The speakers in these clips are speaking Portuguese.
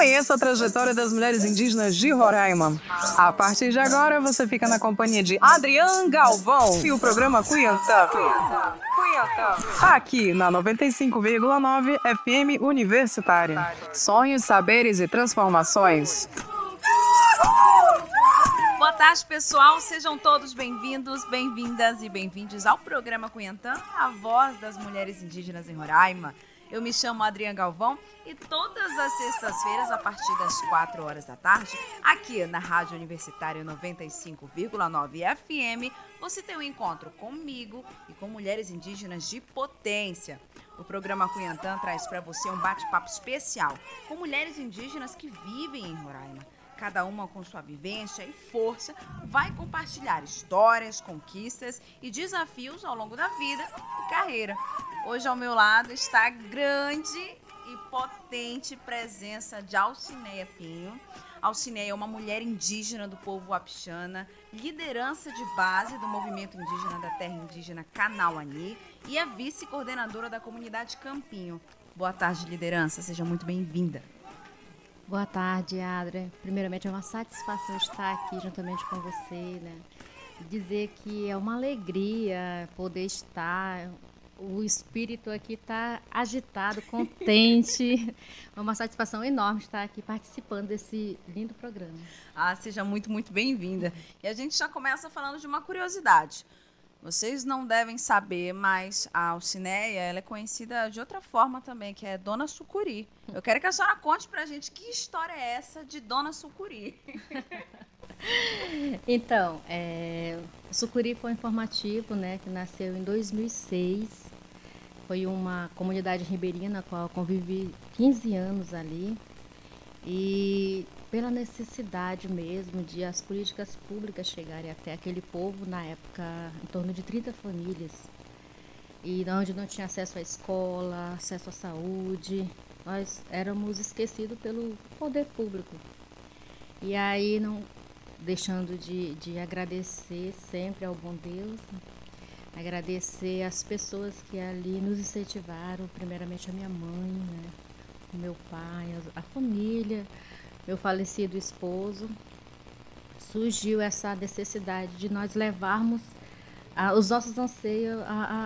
Conheça a trajetória das mulheres indígenas de Roraima. A partir de agora, você fica na companhia de Adrian Galvão e o programa Cuiantã. Aqui na 95,9 FM Universitária. Sonhos, saberes e transformações. Boa tarde, pessoal. Sejam todos bem-vindos, bem-vindas e bem-vindos ao programa Cuiantã, a voz das mulheres indígenas em Roraima. Eu me chamo Adriana Galvão e todas as sextas-feiras, a partir das 4 horas da tarde, aqui na Rádio Universitária 95,9 FM, você tem um encontro comigo e com mulheres indígenas de potência. O programa Cuiantã traz para você um bate-papo especial com mulheres indígenas que vivem em Roraima. Cada uma com sua vivência e força vai compartilhar histórias, conquistas e desafios ao longo da vida e carreira. Hoje ao meu lado está a grande e potente presença de Alcineia Pinho. Alcineia é uma mulher indígena do povo Wapixana, liderança de base do movimento indígena da terra indígena Kanauani e é vice-coordenadora da comunidade Campinho. Boa tarde, liderança. Seja muito bem-vinda. Boa tarde, Adria. Primeiramente, é uma satisfação estar aqui juntamente com você, né? Dizer que é uma alegria poder estar, o espírito aqui está agitado, contente. É uma satisfação enorme estar aqui participando desse lindo programa. Seja muito, muito bem-vinda. E a gente já começa falando de uma curiosidade. Vocês não devem saber, mas a Alcineia, ela é conhecida de outra forma também, que é Dona Sucuri. Eu quero que a senhora conte pra gente que história é essa de Dona Sucuri. Então, o Sucuri foi um informativo, né, que nasceu em 2006. Foi uma comunidade ribeirinha na qual eu convivi 15 anos ali. E pela necessidade mesmo de as políticas públicas chegarem até aquele povo, na época, em torno de 30 famílias, e onde não tinha acesso à escola, acesso à saúde, nós éramos esquecidos pelo poder público. E aí, não deixando de agradecer sempre ao bom Deus, agradecer as pessoas que ali nos incentivaram, primeiramente a minha mãe, né, o meu pai, a família, meu falecido esposo. Surgiu essa necessidade de nós levarmos os nossos anseios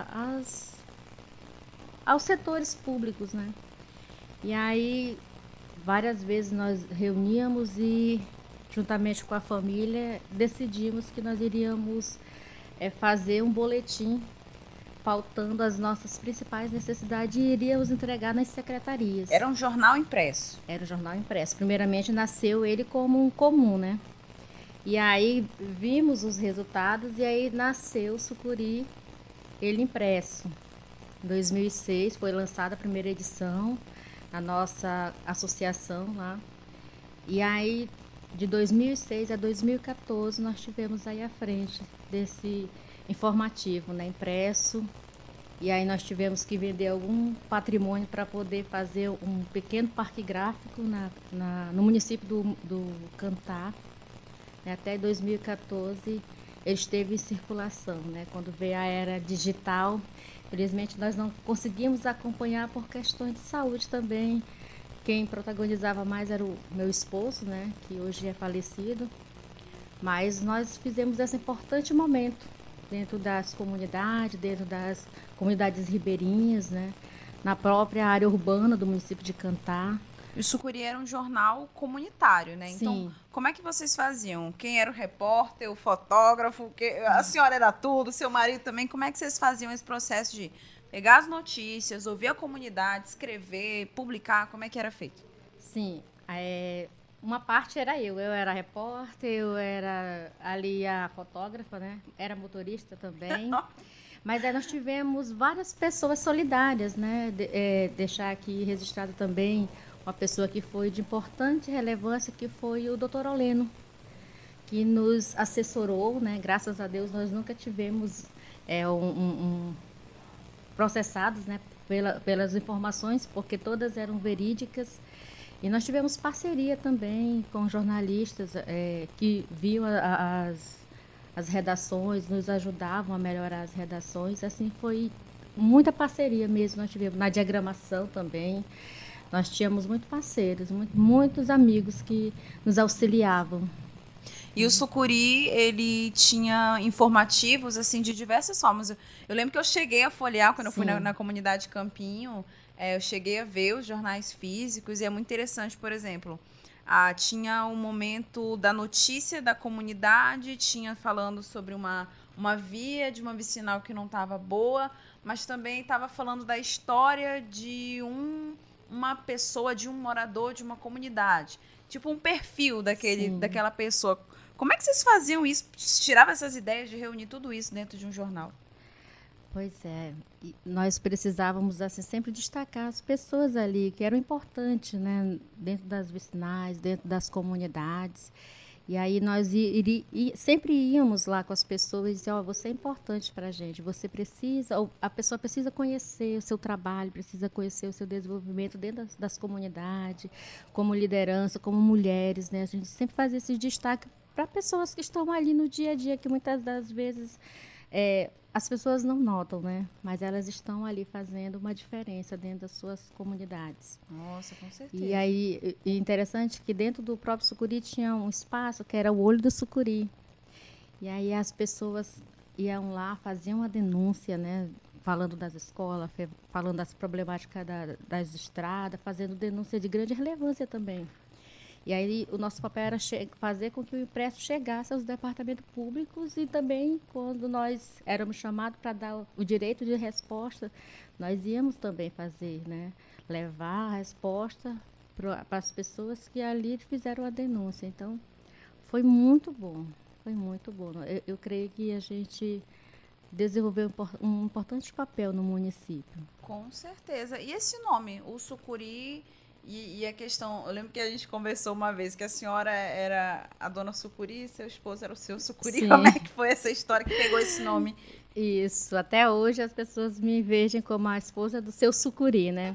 aos setores públicos, né? E aí, várias vezes nós reuníamos e, juntamente com a família, decidimos que nós iríamos fazer um boletim pautando as nossas principais necessidades e iríamos entregar nas secretarias. Era um jornal impresso? Era um jornal impresso. Primeiramente nasceu ele como um comum, né? E aí vimos os resultados e aí nasceu o Sucuri, ele impresso. Em 2006 foi lançada a primeira edição, a nossa associação lá. E aí, de 2006 a 2014, nós tivemos aí à frente desse informativo, né, impresso, e aí nós tivemos que vender algum patrimônio para poder fazer um pequeno parque gráfico no município do Cantá, né, até 2014 ele esteve em circulação, né, quando veio a era digital. Infelizmente nós não conseguimos acompanhar por questões de saúde também. Quem protagonizava mais era o meu esposo, né, que hoje é falecido, mas nós fizemos esse importante momento dentro das comunidades, dentro das comunidades ribeirinhas, né? Na própria área urbana do município de Cantá. O Sucuri era um jornal comunitário, né? Sim. Então, como é que vocês faziam? Quem era o repórter, o fotógrafo? A senhora era tudo, seu marido também. Como é que vocês faziam esse processo de pegar as notícias, ouvir a comunidade, escrever, publicar? Como é que era feito? Sim, uma parte era eu era repórter, eu era ali a fotógrafa, né? Era motorista também. Mas aí nós tivemos várias pessoas solidárias, né? Deixar aqui registrado também uma pessoa que foi de importante relevância, que foi o Dr. Oleno, que nos assessorou, né? Graças a Deus nós nunca tivemos processados, né? Pelas informações, porque todas eram verídicas. E nós tivemos parceria também com jornalistas que viam as redações, nos ajudavam a melhorar as redações. Assim, foi muita parceria mesmo nós tivemos, na diagramação também. nós tínhamos muitos parceiros, muitos amigos que nos auxiliavam. E o Sucuri, ele tinha informativos, assim, de diversas formas. Eu lembro que eu cheguei a folhear, quando eu fui na comunidade Campinho, eu cheguei a ver os jornais físicos, e é muito interessante, por exemplo, tinha um momento da notícia da comunidade, tinha falando sobre uma via de uma vicinal que não estava boa, mas também estava falando da história de uma pessoa, de um morador de uma comunidade. Tipo um perfil daquela pessoa. Como é que vocês faziam isso? Tiravam essas ideias de reunir tudo isso dentro de um jornal? Pois é, e nós precisávamos assim, sempre destacar as pessoas ali que eram importantes, né, dentro das vicinais, dentro das comunidades. E aí nós sempre íamos lá com as pessoas e dizer, você é importante para a gente, você precisa, ou a pessoa precisa conhecer o seu trabalho, precisa conhecer o seu desenvolvimento dentro das comunidades, como liderança, como mulheres, né? A gente sempre fazia esse destaque para pessoas que estão ali no dia a dia, que muitas das vezes as pessoas não notam, né? Mas elas estão ali fazendo uma diferença dentro das suas comunidades. Nossa, com certeza. E aí, interessante que dentro do próprio Sucuri tinha um espaço que era o Olho do Sucuri. E aí as pessoas iam lá, faziam a denúncia, né? Falando das escolas, falando das problemáticas das estradas, fazendo denúncia de grande relevância também. E aí o nosso papel era fazer com que o impresso chegasse aos departamentos públicos e também quando nós éramos chamados para dar o direito de resposta, nós íamos também fazer, né? Levar a resposta para as pessoas que ali fizeram a denúncia. Então, foi muito bom, foi muito bom. Eu creio que a gente desenvolveu um importante papel no município. Com certeza. E esse nome, o Sucuri... E a questão, eu lembro que a gente conversou uma vez que a senhora era a dona Sucuri e seu esposo era o seu Sucuri. Sim. Como é que foi essa história que pegou esse nome? Isso, até hoje as pessoas me veem como a esposa do seu Sucuri, né?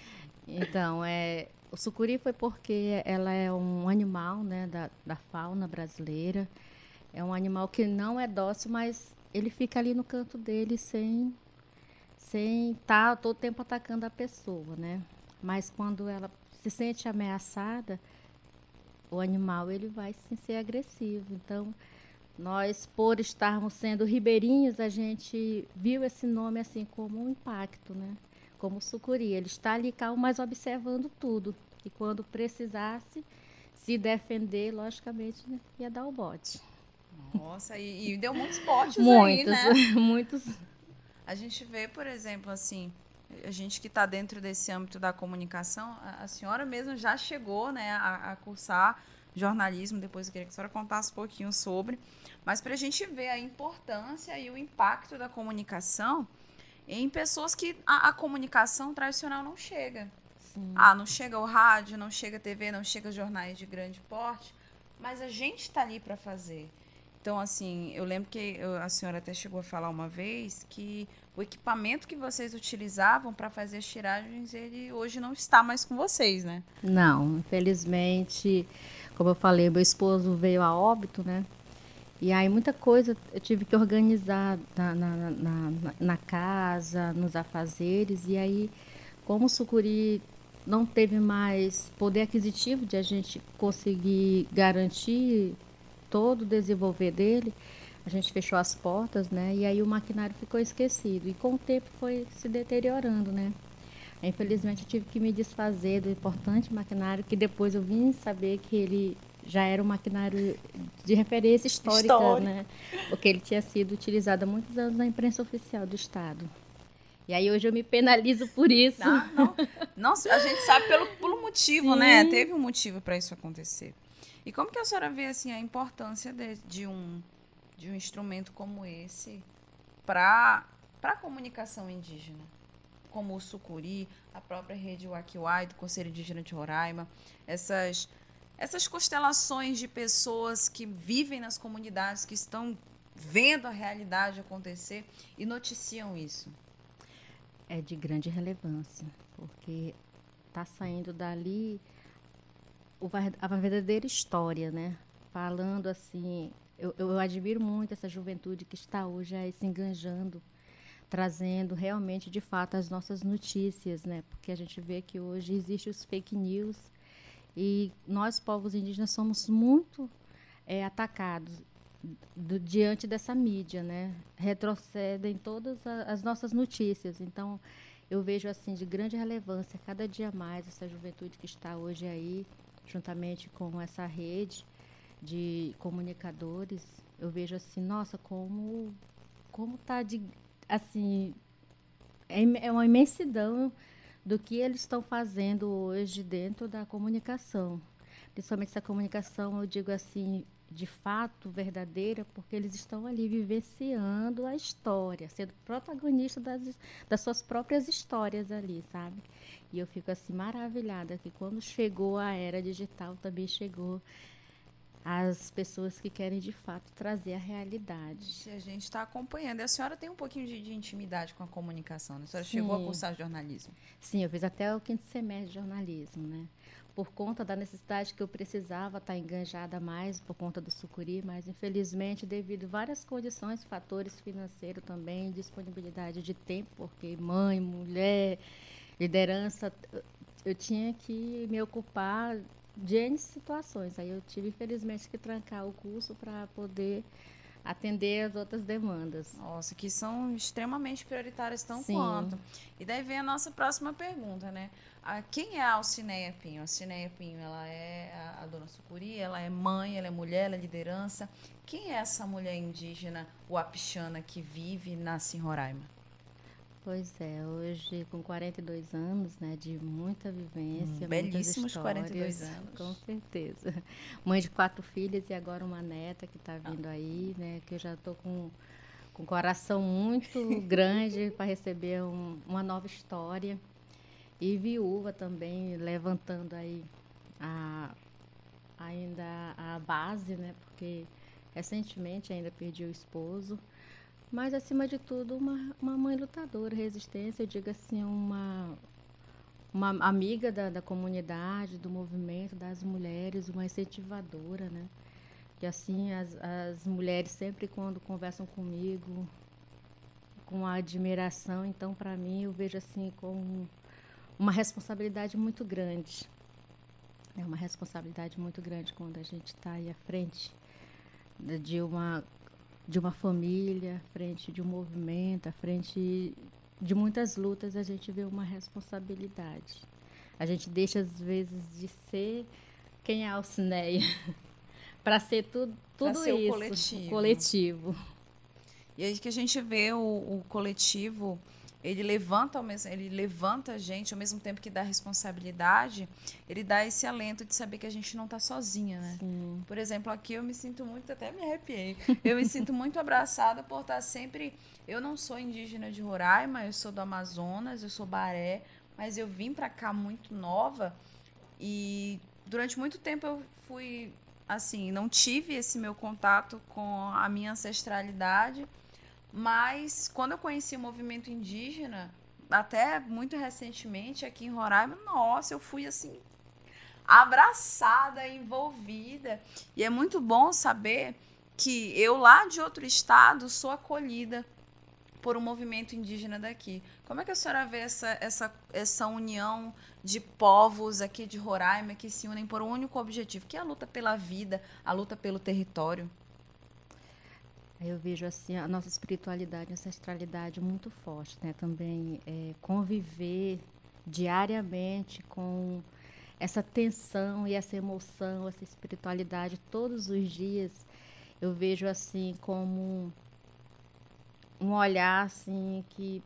Então, o Sucuri foi porque ela é um animal, né, da fauna brasileira. É um animal que não é dócil, mas ele fica ali no canto dele sem estar todo tempo atacando a pessoa, né? Mas quando ela se sente ameaçada, o animal ele vai sim ser agressivo. Então, nós, por estarmos sendo ribeirinhos, a gente viu esse nome assim como um impacto, né? Como o Sucuri. Ele está ali calmo, mas observando tudo. E quando precisasse se defender, logicamente, né, ia dar o bote. Nossa, e deu muitos botes aí, né? Muitos. A gente vê, por exemplo, assim... A gente que está dentro desse âmbito da comunicação, a senhora mesmo já chegou, né, a cursar jornalismo, depois eu queria que a senhora contasse um pouquinho sobre, mas para a gente ver a importância e o impacto da comunicação em pessoas que a comunicação tradicional não chega. Sim. Não chega o rádio, não chega a TV, não chega jornais de grande porte, mas a gente está ali para fazer. Então, assim, eu lembro que a senhora até chegou a falar uma vez que o equipamento que vocês utilizavam para fazer as tiragens, ele hoje não está mais com vocês, né? Não, infelizmente, como eu falei, meu esposo veio a óbito, né? E aí muita coisa eu tive que organizar na casa, nos afazeres. E aí, como o Sucuri não teve mais poder aquisitivo de a gente conseguir garantir todo o desenvolver dele, a gente fechou as portas, né? E aí o maquinário ficou esquecido. E com o tempo foi se deteriorando, né? Infelizmente eu tive que me desfazer do importante maquinário, que depois eu vim saber que ele já era um maquinário de referência histórica, né? Porque ele tinha sido utilizado há muitos anos na imprensa oficial do Estado. E aí hoje eu me penalizo por isso. Não, a gente sabe pelo motivo, sim, né? Teve um motivo para isso acontecer. E como que a senhora vê assim, a importância de um instrumento como esse para a comunicação indígena? Como o Sucuri, a própria rede Wakiwai, do Conselho Indígena de Roraima, essas constelações de pessoas que vivem nas comunidades, que estão vendo a realidade acontecer e noticiam isso. É de grande relevância, porque está saindo dali a verdadeira história, né? Falando assim, eu admiro muito essa juventude que está hoje aí se enganjando trazendo realmente, de fato, as nossas notícias, né? Porque a gente vê que hoje existem os fake news e nós, povos indígenas, somos muito atacados diante dessa mídia, né? Retrocedem todas as nossas notícias. Então, eu vejo assim de grande relevância cada dia mais essa juventude que está hoje aí, juntamente com essa rede de comunicadores. Eu vejo assim, nossa, como tá de assim, é uma imensidão do que eles estão fazendo hoje dentro da comunicação. Principalmente essa comunicação, eu digo assim, de fato, verdadeira, porque eles estão ali vivenciando a história, sendo protagonistas das suas próprias histórias ali, sabe? E eu fico assim maravilhada que quando chegou a era digital, também chegou as pessoas que querem de fato trazer a realidade. A gente está acompanhando. E a senhora tem um pouquinho de intimidade com a comunicação, né? A senhora Sim. chegou a cursar jornalismo. Sim, eu fiz até o 5º semestre de jornalismo, né? Por conta da necessidade que eu precisava estar enganjada mais por conta do sucuri, mas infelizmente devido a várias condições, fatores financeiros também, disponibilidade de tempo, porque mãe, mulher, liderança, eu tinha que me ocupar de N situações. Aí eu tive infelizmente que trancar o curso para poder atender as outras demandas. Nossa, que são extremamente prioritárias tão Sim. quanto. E daí vem a nossa próxima pergunta, né? Quem é a Alcineia Pinho? A Alcineia Pinho, ela é a dona Sucuri, ela é mãe, ela é mulher, ela é liderança. Quem é essa mulher indígena wapixana que vive e nasce em Roraima? Pois é, hoje com 42 anos, né, de muita vivência, muitas Belíssimos histórias. 42 anos. Com certeza. Mãe de 4 filhas e agora uma neta que está vindo aí, né, que eu já estou com um coração muito grande para receber uma nova história. E viúva também, levantando aí ainda a base, né, porque recentemente ainda perdi o esposo. Mas, acima de tudo, uma mãe lutadora, resistência, eu digo assim, uma amiga da comunidade, do movimento, das mulheres, uma incentivadora, né? Que assim, as mulheres sempre quando conversam comigo, com a admiração, então, para mim, eu vejo assim como uma responsabilidade muito grande. É uma responsabilidade muito grande quando a gente está aí à frente de uma família, à frente de um movimento, à frente de muitas lutas, a gente vê uma responsabilidade. A gente deixa, às vezes, de ser quem é a Alcineia, para ser tudo ser isso, o coletivo. E aí que a gente vê o coletivo, ele levanta a gente, ao mesmo tempo que dá responsabilidade, ele dá esse alento de saber que a gente não está sozinha, né? Sim. Por exemplo, aqui eu me sinto muito, até me arrepiei, eu me sinto muito abraçada por estar sempre... Eu não sou indígena de Roraima, eu sou do Amazonas, eu sou Baré, mas eu vim para cá muito nova e durante muito tempo eu fui, assim, não tive esse meu contato com a minha ancestralidade, mas quando eu conheci o movimento indígena, até muito recentemente aqui em Roraima, nossa, eu fui assim abraçada, envolvida. E é muito bom saber que eu lá de outro estado sou acolhida por um movimento indígena daqui. Como é que a senhora vê essa união de povos aqui de Roraima que se unem por um único objetivo, que é a luta pela vida, a luta pelo território? Eu vejo assim a nossa espiritualidade, ancestralidade muito forte, né? Também conviver diariamente com essa tensão e essa emoção, essa espiritualidade todos os dias, eu vejo assim como um olhar assim que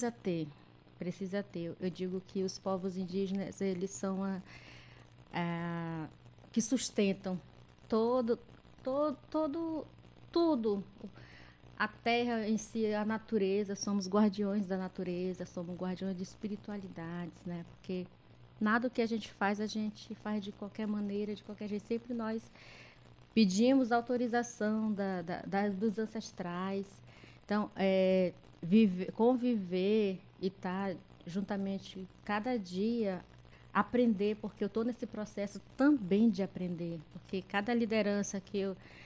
precisa ter. Eu digo que os povos indígenas, eles são que sustentam todo, tudo. A terra em si, a natureza, somos guardiões da natureza, somos guardiões de espiritualidades, né? Porque nada que a gente faz de qualquer maneira, de qualquer jeito. Sempre nós pedimos autorização dos ancestrais. Então, conviver e estar juntamente cada dia, aprender, porque eu estou nesse processo também de aprender. Porque cada liderança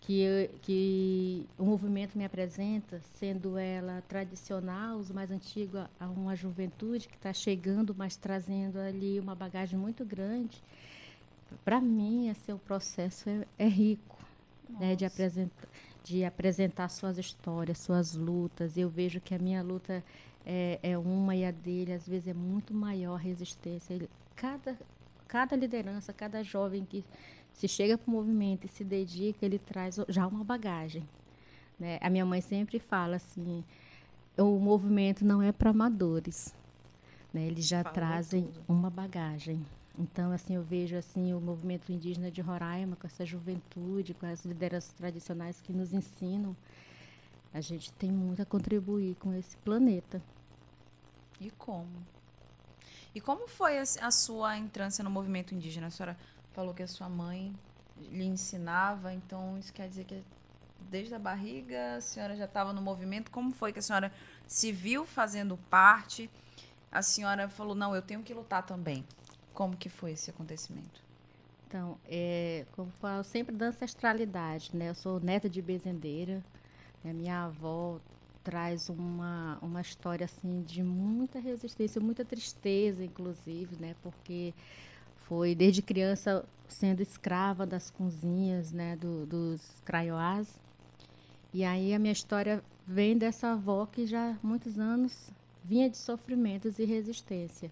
que o movimento me apresenta, sendo ela tradicional, os mais antigos, a uma juventude que está chegando, mas trazendo ali uma bagagem muito grande. Para mim, esse é o processo é rico, né, de apresentar suas histórias, suas lutas. Eu vejo que a minha luta é uma e a dele, às vezes, é muito maior a resistência. Cada liderança, cada jovem que se chega para o movimento e se dedica, ele traz já uma bagagem, né? A minha mãe sempre fala assim, o movimento não é para amadores, né? Eles já trazem uma bagagem. Então, assim, eu vejo assim, o movimento indígena de Roraima, com essa juventude, com as lideranças tradicionais que nos ensinam, a gente tem muito a contribuir com esse planeta. E como? E como foi a sua entrância no movimento indígena? A senhora falou que a sua mãe lhe ensinava, então isso quer dizer que desde a barriga a senhora já estava no movimento. Como foi que a senhora se viu fazendo parte? A senhora falou, não, eu tenho que lutar também. Como que foi esse acontecimento? Então, como eu falo, sempre da ancestralidade, né? Eu sou neta de bezendeira, né? Minha avó traz uma história assim de muita resistência, muita tristeza, inclusive, né? Porque foi desde criança sendo escrava das cozinhas, né, dos craioás. E aí a minha história vem dessa avó que já há muitos anos vinha de sofrimentos e resistência.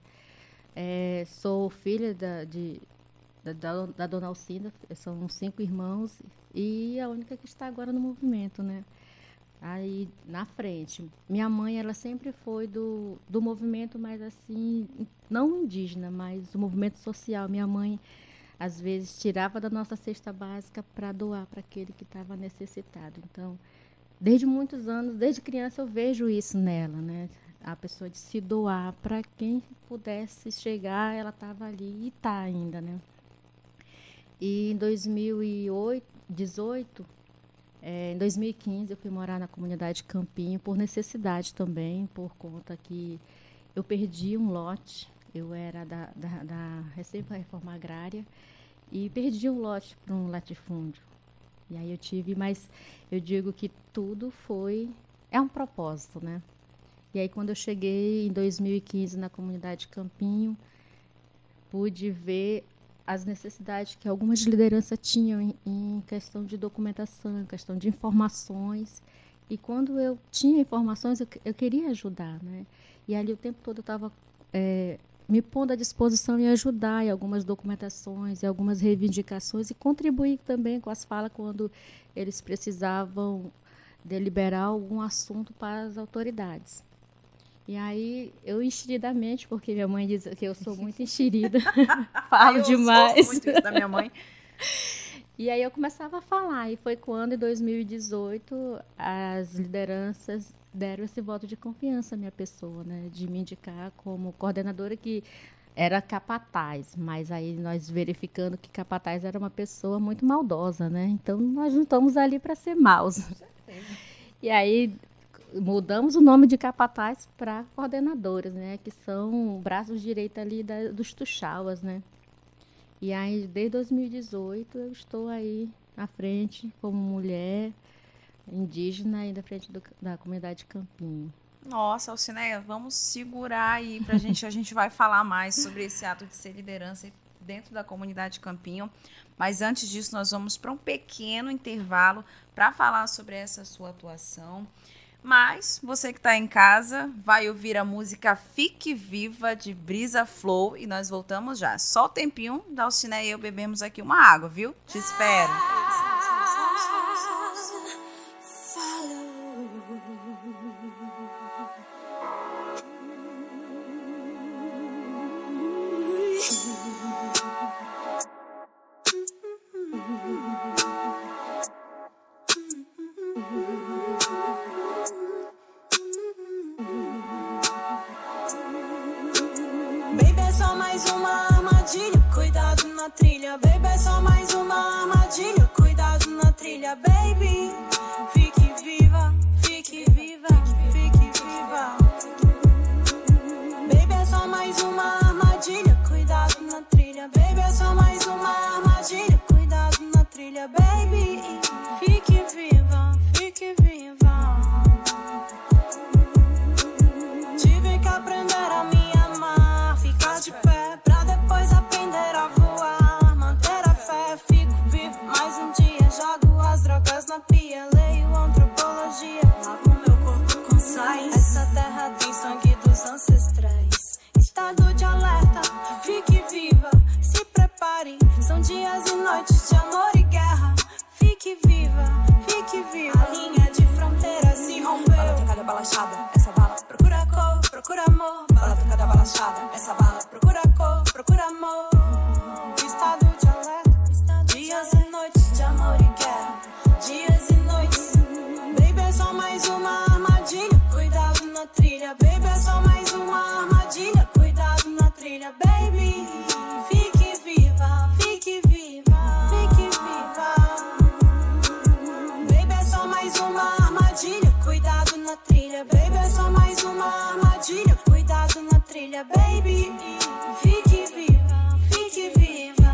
Sou filha da dona Alcinda, são 5 irmãos e a única que está agora no movimento, né? Aí na frente. Minha mãe, ela sempre foi do movimento, mas assim, não indígena, mas do movimento social. Minha mãe, às vezes, tirava da nossa cesta básica para doar para aquele que estava necessitado. Então, desde muitos anos, desde criança, eu vejo isso nela, né? A pessoa de se doar para quem pudesse chegar, ela estava ali e está ainda, né? E em 2018, em 2015, eu fui morar na comunidade Campinho por necessidade também, por conta que eu perdi um lote. Eu era da Recém-Reforma Agrária e perdi um lote para um latifúndio. E aí mas eu digo que tudo é um propósito, né? E aí quando eu cheguei em 2015 na comunidade Campinho, pude ver as necessidades que algumas lideranças tinham em questão de documentação, em questão de informações. E quando eu tinha informações, eu queria ajudar, né? E ali o tempo todo eu estava me pondo à disposição em ajudar em algumas documentações, em algumas reivindicações e contribuir também com as falas quando eles precisavam deliberar algum assunto para as autoridades. E aí, eu enxeridamente, porque minha mãe diz que eu sou muito enxerida, falo demais. Eu muito isso da minha mãe. E aí eu começava a falar, e foi quando, em 2018, as lideranças deram esse voto de confiança à minha pessoa, né, de me indicar como coordenadora, que era capataz, mas aí nós verificando que capataz era uma pessoa muito maldosa, né, então nós não estamos ali para ser maus. Com certeza. E aí mudamos o nome de capataz para coordenadoras, né, que são braços direitos ali dos tuxauas, né. E aí, desde 2018, eu estou aí à frente como mulher indígena e da frente da comunidade Campinho. Nossa, Alcineia, vamos segurar aí pra gente. A gente vai falar mais sobre esse ato de ser liderança dentro da comunidade Campinho. Mas antes disso, nós vamos para um pequeno intervalo para falar sobre essa sua atuação. Mas você que está em casa vai ouvir a música Fique Viva, de Brisa Flow, e nós voltamos já. Só o tempinho da Alcineia e eu bebemos aqui uma água, viu? Te espero. Baby, é só mais uma armadilha, cuidado na trilha. Baby, é só mais uma armadilha. São dias e noites de amor e guerra. Fique viva, fique viva. A linha de fronteira se rompeu. Bala trocada, bala achada, essa bala procura cor, procura amor. Bala trocada, bala achada, essa bala procura cor, procura amor. Estado de alerta, dias e noites de amor e guerra. Dias e noites, baby, é só mais uma armadilha. Cuidado na trilha, baby, é só mais uma armadilha. Cuidado na trilha, baby. Fique viva, fique viva, fique viva. Baby, é só mais uma armadilha. Cuidado na trilha, baby, é só mais uma armadilha. Cuidado na trilha, baby. Fique viva, fique viva.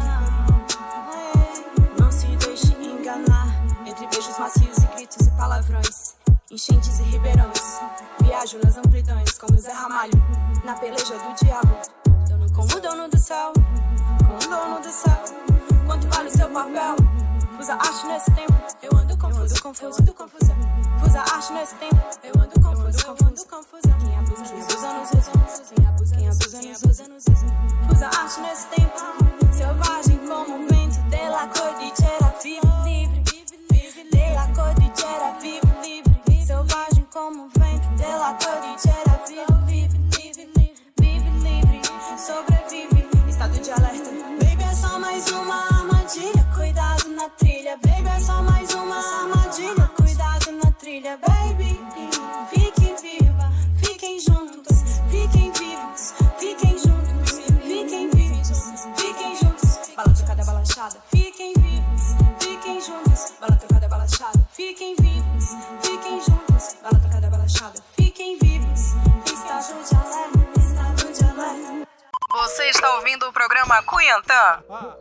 Não se deixe enganar. Entre beijos macios e gritos e palavrões, enchentes e ribeirões, viajo nas amplidões como Zé Ramalho na peleja do diabo. Com o dono do céu, com o dono do céu. Quanto vale o seu papel? Fusa arte nesse tempo, eu ando confuso, confuso, ando confusa. Fusa arte nesse tempo, eu ando confuso, confuso, confusa. Quem abusa nos usa, quem abusa nos usa. Fusa arte nesse tempo, selvagem como o vento. De la cordillera, vive livre. De la cordillera, vive livre. Selvagem como o vento. De la cordillera, vive livre. Vive livre, sobrevive. Estado de alerta, baby, é só mais uma armadilha. Cuidado na trilha, baby, é só mais uma armadilha. Cuidado na trilha, baby. Fiquem viva, fiquem juntos, fiquem vivos, fiquem juntos, fiquem vivos, fiquem juntos. Bala trocada, bala achada, fiquem vivos, fiquem juntos. Bala trocada, bala achada, fiquem vivos, fiquem juntos. Bala trocada, bala achada, fiquem vivos. Estado de alerta, estado de alerta. Você está ouvindo o programa Cunhantã.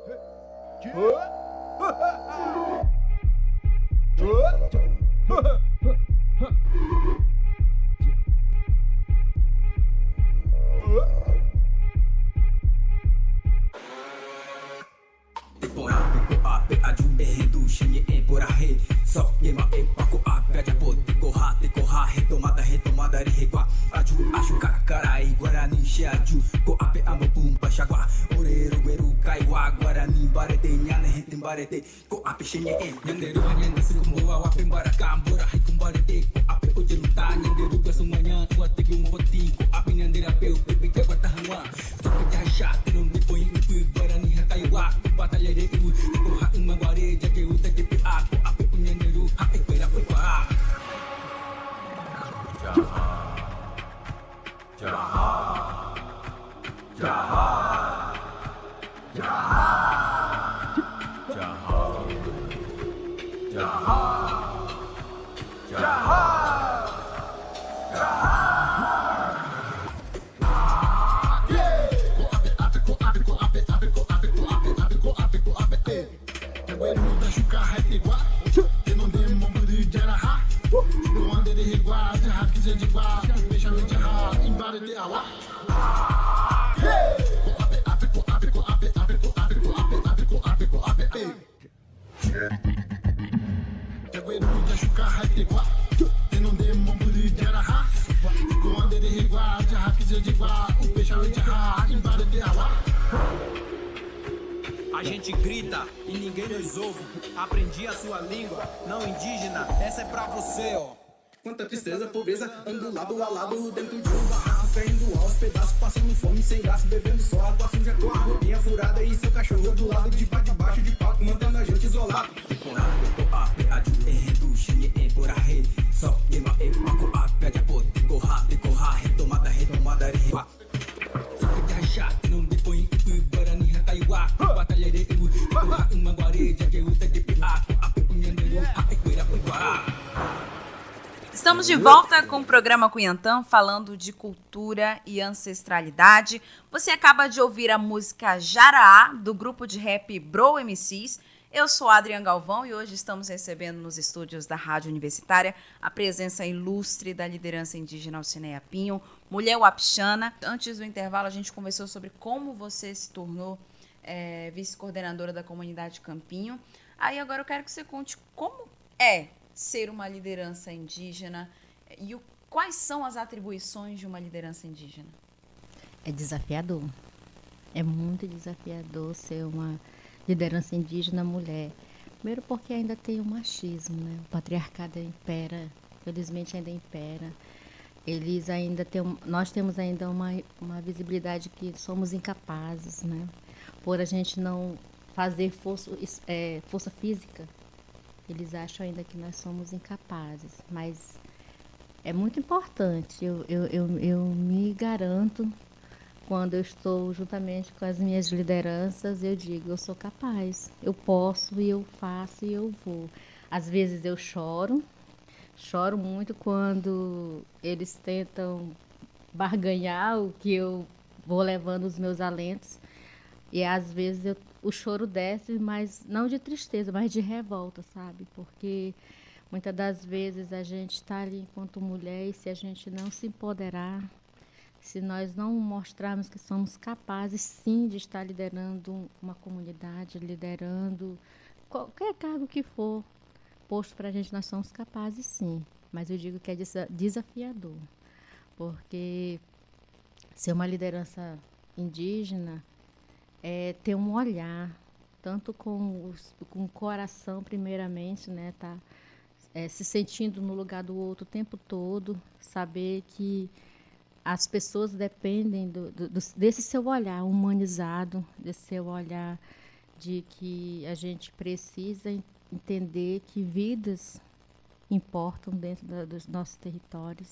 Retomada reguá, acho carai, guarani, xiaju, coape amopumpa, xaguá, oreiro, gueru, caiuá, guarani, barete, nhane, retembarete, coape, xenhe, nhanderu, nhande, sucumboa, wapembara, cambora, recumbarete, coape, ojeluta, nhanderu, gasumanya, uategi, umoti, coape, nhandera, peu, pepe, que guatahanwa, sopa de rachate, não me põe, guarani, recaiuá, batalha de ibu, corra, uma guareja, que uta de pia, coape, nhanderu, hae, queira, foi quá. A gente grita e ninguém nos ouve. Aprendi a sua língua, não indígena. Essa é pra você, ó. Quanta tristeza, pobreza, ando lado a lado dentro de um barraco, caindo aos pedaços, passando fome, sem graça, bebendo só água suja com a roupinha furada e seu cachorro do lado de debaixo de palco, mantendo a gente isolado. Retomada, Estamos de volta com o programa Cunhantã, falando de cultura e ancestralidade. Você acaba de ouvir a música Jaraá, do grupo de rap Bro MCs. Eu sou Adriana Galvão e hoje estamos recebendo nos estúdios da Rádio Universitária a presença ilustre da liderança indígena Alcineia Pinho, mulher wapixana. Antes do intervalo, a gente conversou sobre como você se tornou vice-coordenadora da comunidade Campinho. Aí agora eu quero que você conte como é ser uma liderança indígena e quais são as atribuições de uma liderança indígena. É desafiador. É muito desafiador ser uma liderança indígena mulher. Primeiro porque ainda tem o machismo, né? O patriarcado impera, felizmente ainda impera. Eles ainda têm, nós temos ainda uma visibilidade que somos incapazes, né? Por a gente não fazer força física, eles acham ainda que nós somos incapazes. Mas é muito importante, eu me garanto, quando eu estou juntamente com as minhas lideranças, eu digo, eu sou capaz, eu posso e eu faço e eu vou. Às vezes eu choro muito quando eles tentam barganhar o que eu vou levando os meus alentos. E às vezes o choro desce, mas não de tristeza, mas de revolta, sabe? Porque muitas das vezes a gente está ali enquanto mulher e se a gente não se empoderar, se nós não mostrarmos que somos capazes, sim, de estar liderando uma comunidade, liderando qualquer cargo que for posto para a gente, nós somos capazes, sim. Mas eu digo que é desafiador, porque ser uma liderança indígena é ter um olhar, tanto com o coração, primeiramente, né, tá, se sentindo no lugar do outro o tempo todo, saber que as pessoas dependem desse seu olhar humanizado, desse seu olhar de que a gente precisa entender que vidas importam dentro dos nossos territórios.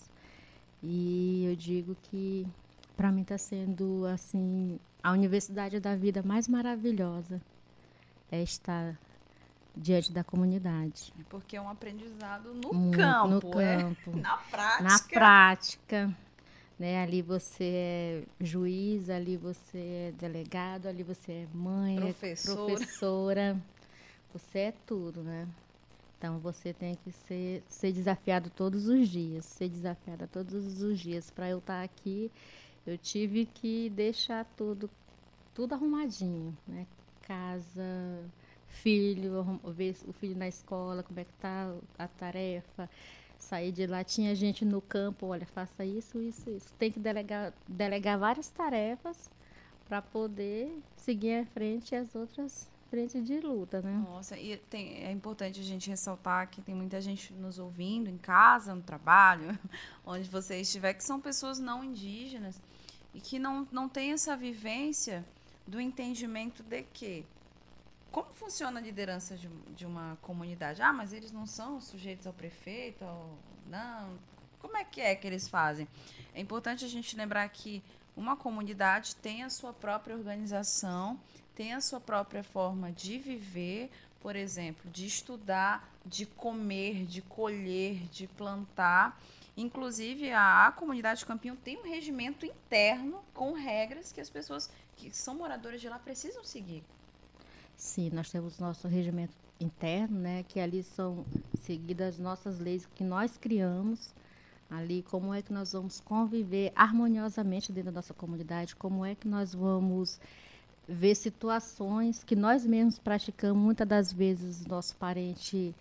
E eu digo que para mim está sendo assim a universidade da vida mais maravilhosa é estar diante da comunidade. Porque é um aprendizado no No campo, campo. na prática. Na prática, né? Ali você é juiz, ali você é delegado, ali você é mãe, Professora. é professora. Você é tudo, né? Então você tem que ser desafiado todos os dias, ser desafiada todos os dias. Para eu estar aqui, eu tive que deixar tudo arrumadinho, né? Casa, filho, ver o filho na escola, como é que tá a tarefa. Sair de lá, tinha gente no campo, olha, faça isso, isso, isso. Tem que delegar várias tarefas para poder seguir à frente as outras frentes de luta, né? Nossa, e é importante a gente ressaltar que tem muita gente nos ouvindo em casa, no trabalho, onde você estiver, que são pessoas não indígenas e que não têm essa vivência do entendimento de que como funciona a liderança de uma comunidade? Ah, mas eles não são sujeitos ao prefeito? Não. Como é que eles fazem? É importante a gente lembrar que uma comunidade tem a sua própria organização, tem a sua própria forma de viver, por exemplo, de estudar, de comer, de colher, de plantar. Inclusive, a comunidade Campinho tem um regimento interno com regras que as pessoas que são moradoras de lá precisam seguir. Sim, nós temos nosso regimento interno, né, que ali são seguidas as nossas leis que nós criamos, ali como é que nós vamos conviver harmoniosamente dentro da nossa comunidade, como é que nós vamos ver situações que nós mesmos praticamos, muitas das vezes nosso parente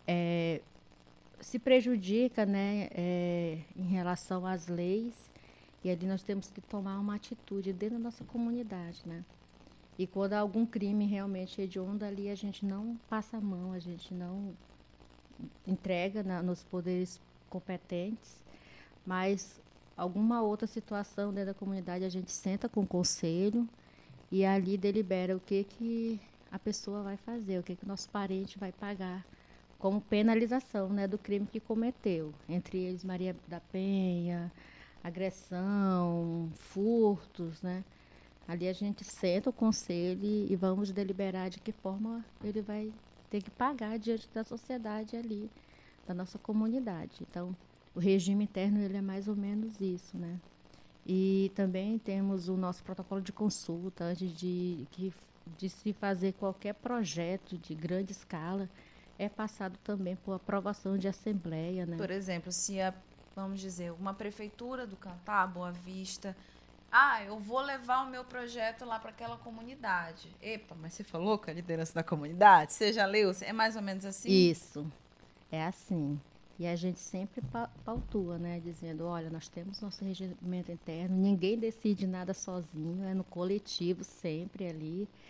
se prejudica, né, em relação às leis, e ali nós temos que tomar uma atitude dentro da nossa comunidade, né. E quando há algum crime realmente hediondo ali, a gente não passa a mão, a gente não entrega nos poderes competentes, mas alguma outra situação dentro da comunidade a gente senta com o conselho e ali delibera o que a pessoa vai fazer, o que o nosso parente vai pagar como penalização, né, do crime que cometeu. Entre eles Maria da Penha, agressão, furtos, né? Ali a gente senta o conselho e vamos deliberar de que forma ele vai ter que pagar diante da sociedade ali, da nossa comunidade. Então, o regime interno ele é mais ou menos isso, né? E também temos o nosso protocolo de consulta antes de se fazer qualquer projeto de grande escala, é passado também por aprovação de assembleia, né? Por exemplo, se vamos dizer, uma prefeitura do Cantá, Boa Vista, eu vou levar o meu projeto lá para aquela comunidade. Epa, mas você falou com a liderança da comunidade? Você já leu? É mais ou menos assim? Isso, é assim. E a gente sempre pautua, né? Dizendo, olha, nós temos nosso regimento interno, ninguém decide nada sozinho, é no coletivo sempre ali.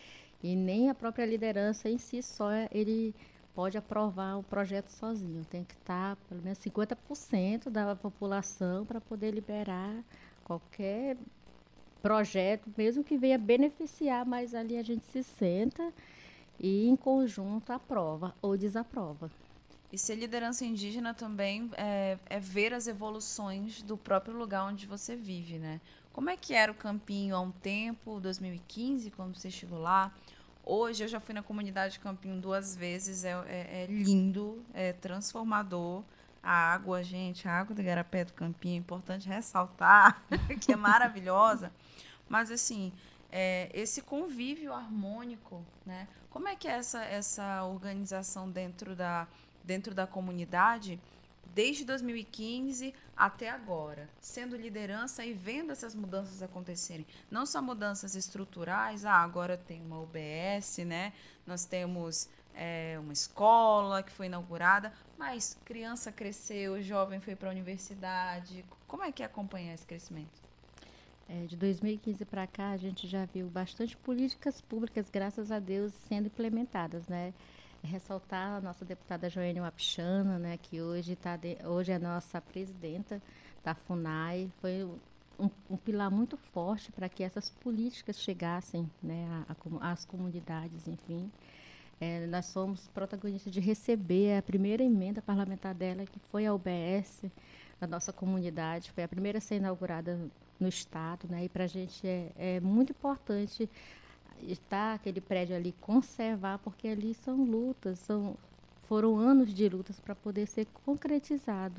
E nem a própria liderança em si só ele pode aprovar o projeto sozinho. Tem que estar pelo menos 50% da população para poder liberar qualquer projeto, mesmo que venha beneficiar, mas ali a gente se senta e em conjunto aprova ou desaprova. E ser liderança indígena também é ver as evoluções do próprio lugar onde você vive, né? Como é que era o Campinho há um tempo, 2015, quando você chegou lá? Hoje eu já fui na comunidade Campinho 2 vezes, é lindo, é transformador. A água, gente, a água do Igarapé do Campinho, é importante ressaltar, que é maravilhosa. Mas, assim, esse convívio harmônico, né? Como é que é essa organização dentro da comunidade desde 2015 até agora, sendo liderança e vendo essas mudanças acontecerem? Não só mudanças estruturais, agora tem uma UBS, né? Nós temos uma escola que foi inaugurada, mas criança cresceu, jovem foi para a universidade. Como é que acompanha esse crescimento? De 2015 para cá, a gente já viu bastante políticas públicas, graças a Deus, sendo implementadas, né? Ressaltar a nossa deputada Joênia Wapichana, né, que hoje é a nossa presidenta da FUNAI, foi um pilar muito forte para que essas políticas chegassem, né, às comunidades, enfim. Nós somos protagonistas de receber a primeira emenda parlamentar dela, que foi a UBS da nossa comunidade, foi a primeira a ser inaugurada no estado, né, e para a gente é muito importante estar aquele prédio ali, conservar, porque ali são lutas, foram anos de lutas para poder ser concretizado.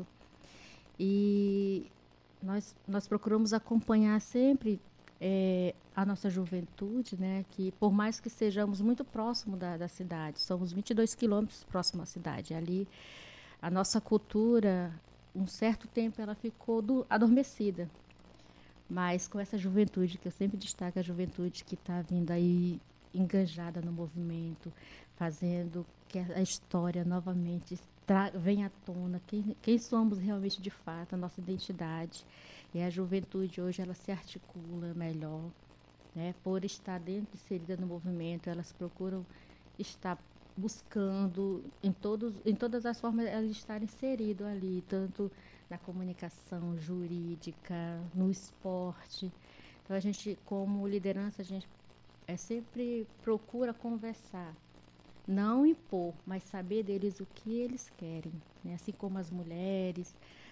E nós procuramos acompanhar sempre a nossa juventude, né, que por mais que sejamos muito próximos da cidade, somos 22 quilômetros próximo à cidade, ali a nossa cultura, um certo tempo ela ficou adormecida. Mas com essa juventude, que eu sempre destaco a juventude que está vindo aí engajada no movimento, fazendo que a história novamente venha à tona, quem somos realmente de fato, a nossa identidade. E a juventude hoje ela se articula melhor, né? Por estar inserida no movimento, elas procuram estar buscando em todas as formas elas estarem inseridas ali, tanto na comunicação jurídica, no esporte. Então a gente, como liderança, a gente sempre procura conversar, não impor, mas saber deles o que eles querem, né? Assim como as mulheres,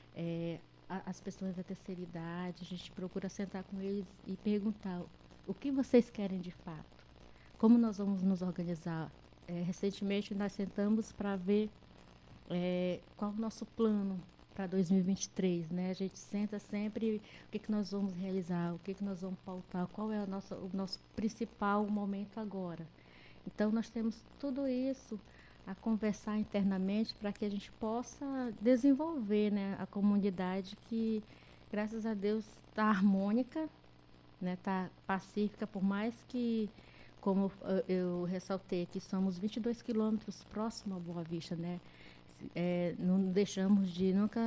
as pessoas da terceira idade, a gente procura sentar com eles e perguntar o que vocês querem de fato, como nós vamos nos organizar. Recentemente nós sentamos para ver qual o nosso plano para 2023, né? A gente senta sempre o que nós vamos realizar, o que nós vamos pautar, qual é o nosso principal momento agora. Então nós temos tudo isso a conversar internamente para que a gente possa desenvolver, né, a comunidade que, graças a Deus, está harmônica, né, está pacífica, por mais que, como eu ressaltei, que somos 22 quilômetros próximo a Boa Vista, né? Não deixamos de nunca,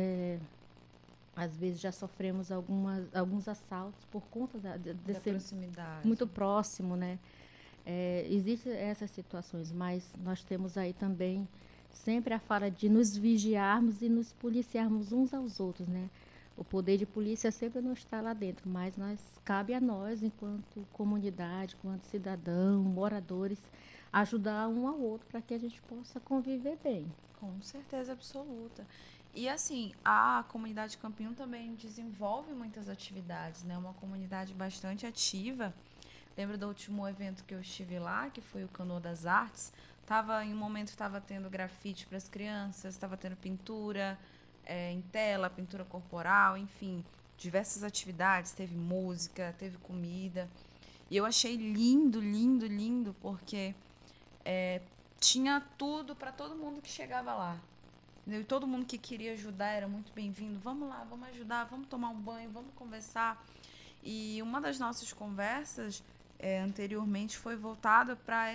às vezes já sofremos alguns assaltos por conta de ser proximidade, muito próximo, né? Existem essas situações, mas nós temos aí também sempre a fala de nos vigiarmos e nos policiarmos uns aos outros, né? O poder de polícia sempre não está lá dentro, mas cabe a nós, enquanto comunidade, enquanto cidadão, moradores, ajudar um ao outro para que a gente possa conviver bem. Com certeza absoluta. E assim, a comunidade Campinho também desenvolve muitas atividades, né? Uma comunidade bastante ativa. Lembro do último evento que eu estive lá, que foi o Canoa das Artes. Em um momento estava tendo grafite para as crianças, estava tendo pintura em tela, pintura corporal, enfim, diversas atividades. Teve música, teve comida. E eu achei lindo, lindo, lindo, porque tinha tudo para todo mundo que chegava lá. E todo mundo que queria ajudar era muito bem-vindo. Vamos lá, vamos ajudar, vamos tomar um banho, vamos conversar. E uma das nossas conversas anteriormente foi voltada para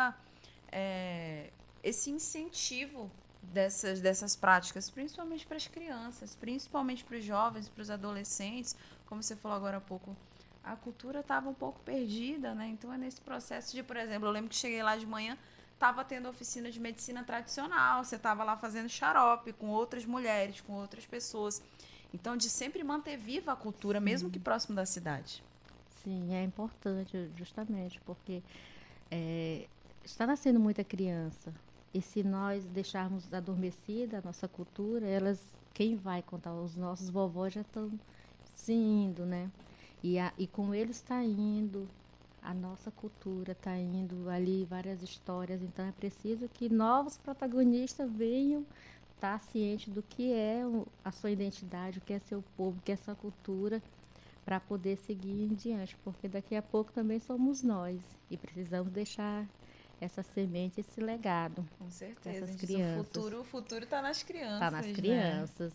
esse incentivo dessas práticas, principalmente para as crianças, principalmente para os jovens, para os adolescentes, como você falou agora há pouco, a cultura estava um pouco perdida, né? Então é nesse processo de, por exemplo, eu lembro que cheguei lá de manhã, estava tendo oficina de medicina tradicional, você estava lá fazendo xarope com outras mulheres, com outras pessoas. Então, de sempre manter viva a cultura, mesmo que próximo da cidade. Sim, é importante, justamente, porque está nascendo muita criança. E se nós deixarmos adormecida a nossa cultura, quem vai contar? Os nossos vovós já estão se indo, né? E com eles está indo, a nossa cultura está indo ali, várias histórias. Então é preciso que novos protagonistas venham estar cientes do que é a sua identidade, o que é seu povo, o que é sua cultura, para poder seguir em diante, porque daqui a pouco também somos nós e precisamos deixar essa semente, esse legado. Com certeza. Essas Diz, crianças. o futuro está nas crianças. Está nas né? crianças.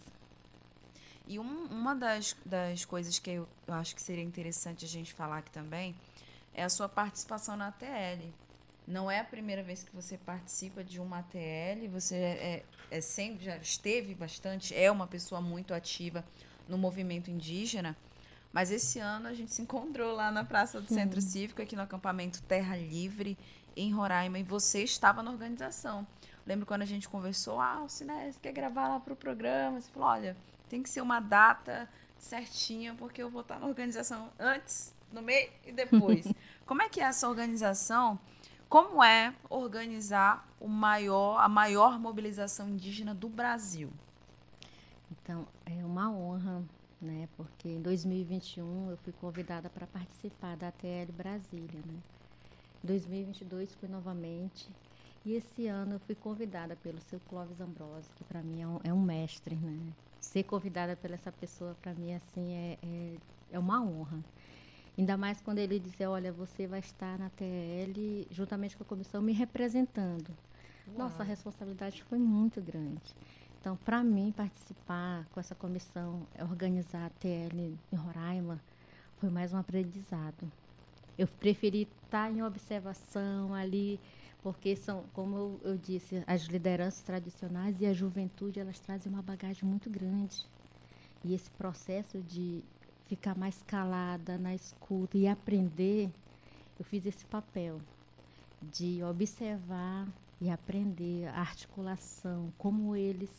E uma das coisas que eu acho que seria interessante a gente falar aqui também é a sua participação na ATL. Não é a primeira vez que você participa de uma ATL, você sempre já esteve bastante, é uma pessoa muito ativa no movimento indígena, mas esse ano a gente se encontrou lá na Praça do Centro Cívico, aqui no acampamento Terra Livre, em Roraima, e você estava na organização. Lembro quando a gente conversou, o Ciné, você quer gravar lá para o programa? Você falou, olha, tem que ser uma data certinha, porque eu vou estar na organização antes, no meio e depois. Como é que é essa organização? Como é organizar a maior mobilização indígena do Brasil? Então, é uma honra, né? Porque em 2021 eu fui convidada para participar da ATL Brasília, né? Em 2022 fui novamente. E esse ano eu fui convidada pelo seu Clóvis Ambrosio, que para mim é um mestre, né? Ser convidada por essa pessoa, para mim, assim, é uma honra. Ainda mais quando ele diz, olha, você vai estar na TL, juntamente com a comissão, me representando. Uau. Nossa, a responsabilidade foi muito grande. Então, para mim, participar com essa comissão, organizar a TL em Roraima, foi mais um aprendizado. Eu preferi estar em observação ali, porque são, como eu disse, as lideranças tradicionais e a juventude, elas trazem uma bagagem muito grande. E esse processo de ficar mais calada na escuta e aprender, eu fiz esse papel de observar e aprender a articulação, como eles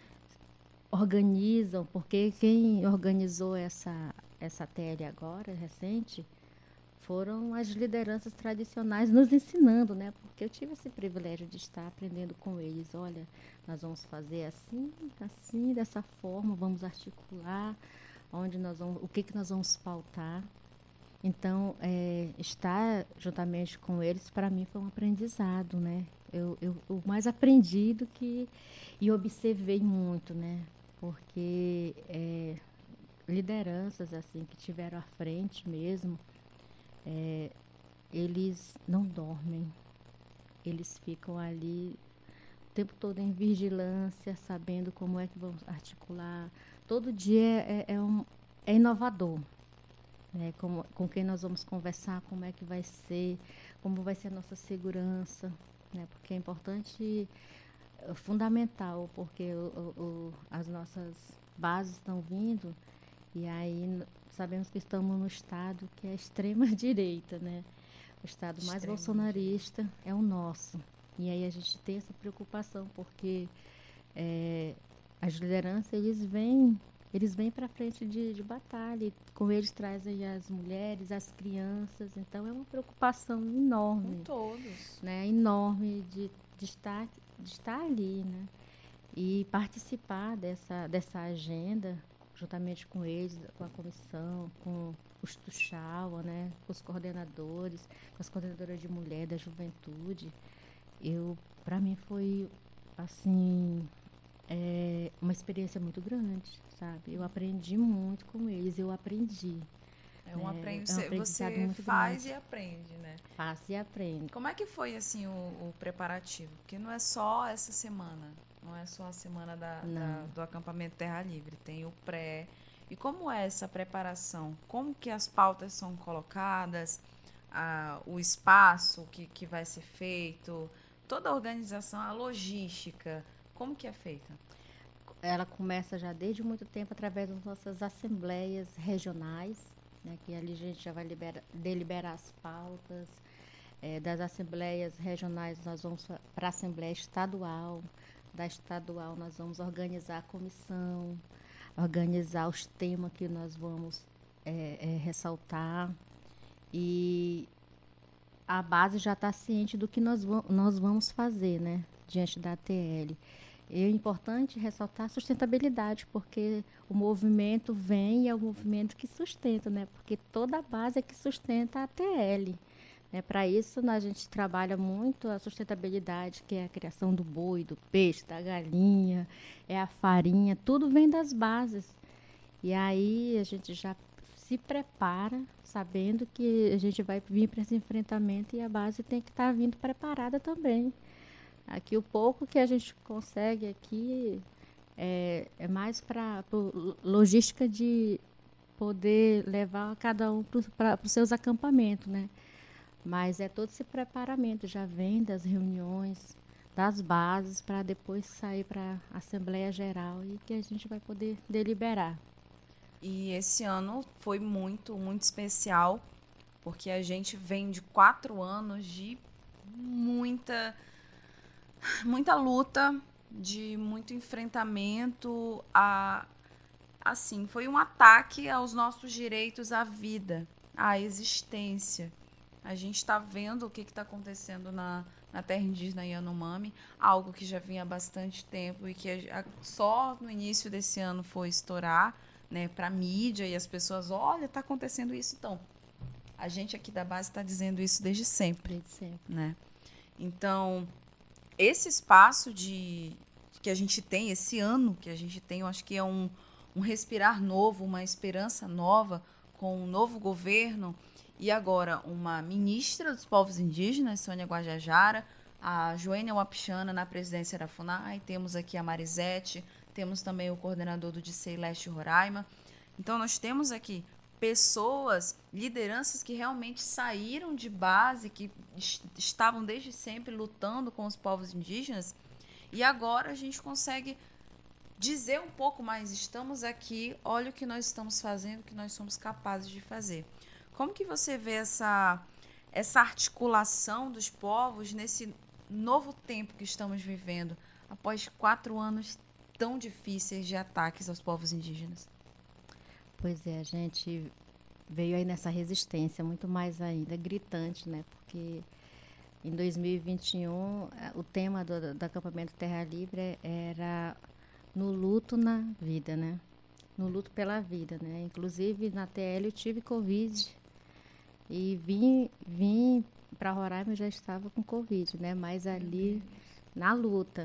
organizam, porque quem organizou essa TL agora, recente, foram as lideranças tradicionais nos ensinando, né? Porque eu tive esse privilégio de estar aprendendo com eles. Olha, nós vamos fazer assim, assim, dessa forma, vamos articular, o que nós vamos pautar. Então, estar juntamente com eles, para mim, foi um aprendizado, né? Eu mais aprendi do que... E observei muito, né? Porque lideranças, assim, que tiveram à frente mesmo, eles não dormem. Eles ficam ali o tempo todo em vigilância, sabendo como é que vão articular. Todo dia é inovador, né? Com quem nós vamos conversar, como é que vai ser, como vai ser a nossa segurança, né? Porque é importante, fundamental, porque as nossas bases estão vindo e aí sabemos que estamos no estado que é a extrema-direita, né? O estado mais bolsonarista é o nosso. E aí a gente tem essa preocupação, porque as lideranças, eles vêm para frente de batalha, e com eles trazem as mulheres, as crianças, então é uma preocupação enorme. Com todos. Né? Enorme de estar ali, né? E participar dessa agenda, juntamente com eles, com a comissão, com os Tuxaua, né? Com os coordenadores, com as coordenadoras de mulher, da juventude. Para mim foi, assim, uma experiência muito grande, sabe? Eu aprendi muito com eles, Você faz e aprende, né? Faz e aprende. Como é que foi, assim, o preparativo? Porque não é só essa semana, não é só a semana do acampamento Terra Livre, tem o pré. E como é essa preparação? Como que as pautas são colocadas, o espaço que vai ser feito, toda a organização, a logística, como que é feita? Ela começa já desde muito tempo através das nossas assembleias regionais, né, que ali a gente já vai deliberar as pautas. Das assembleias regionais, nós vamos para a Assembleia Estadual. Da estadual, nós vamos organizar a comissão, organizar os temas que nós vamos ressaltar. E a base já está ciente do que nós vamos fazer, né, diante da ATL. E é importante ressaltar a sustentabilidade, porque o movimento vem e é o movimento que sustenta, né, porque toda a base é que sustenta a ATL. Para isso, a gente trabalha muito a sustentabilidade, que é a criação do boi, do peixe, da galinha, é a farinha, tudo vem das bases. E aí a gente já se prepara, sabendo que a gente vai vir para esse enfrentamento e a base tem que estar vindo preparada também. Aqui o pouco que a gente consegue aqui é mais para logística de poder levar cada um para os seus acampamentos, né? Mas é todo esse preparamento, já vem das reuniões, das bases, para depois sair para a Assembleia Geral e que a gente vai poder deliberar. E esse ano foi muito, muito especial, porque a gente vem de 4 anos de muita luta, de muito enfrentamento. Assim, foi um ataque aos nossos direitos à vida, à existência. A gente está vendo o que está acontecendo na terra indígena Yanomami, algo que já vinha há bastante tempo e que só no início desse ano foi estourar, né, para a mídia e as pessoas, olha, está acontecendo isso. Então, a gente aqui da base está dizendo isso desde sempre. Desde sempre. Né? Então, esse espaço que a gente tem, esse ano que a gente tem, eu acho que é um respirar novo, uma esperança nova, com um novo governo. E agora, uma ministra dos povos indígenas, Sônia Guajajara, a Joênia Wapichana na presidência da FUNAI, temos aqui a Marisete, temos também o coordenador do DICEI Leste Roraima. Então, nós temos aqui pessoas, lideranças que realmente saíram de base, que estavam desde sempre lutando com os povos indígenas, e agora a gente consegue dizer um pouco mais, estamos aqui, olha o que nós estamos fazendo, o que nós somos capazes de fazer. Como que você vê essa articulação dos povos nesse novo tempo que estamos vivendo, após 4 anos tão difíceis de ataques aos povos indígenas? Pois é, a gente veio aí nessa resistência, muito mais ainda, gritante, né? Porque em 2021, o tema do acampamento Terra Livre era no luto na vida, né? No luto pela vida, né? Inclusive, na TL eu tive Covid e vim para Roraima, eu já estava com Covid, né? Mas ali, na luta.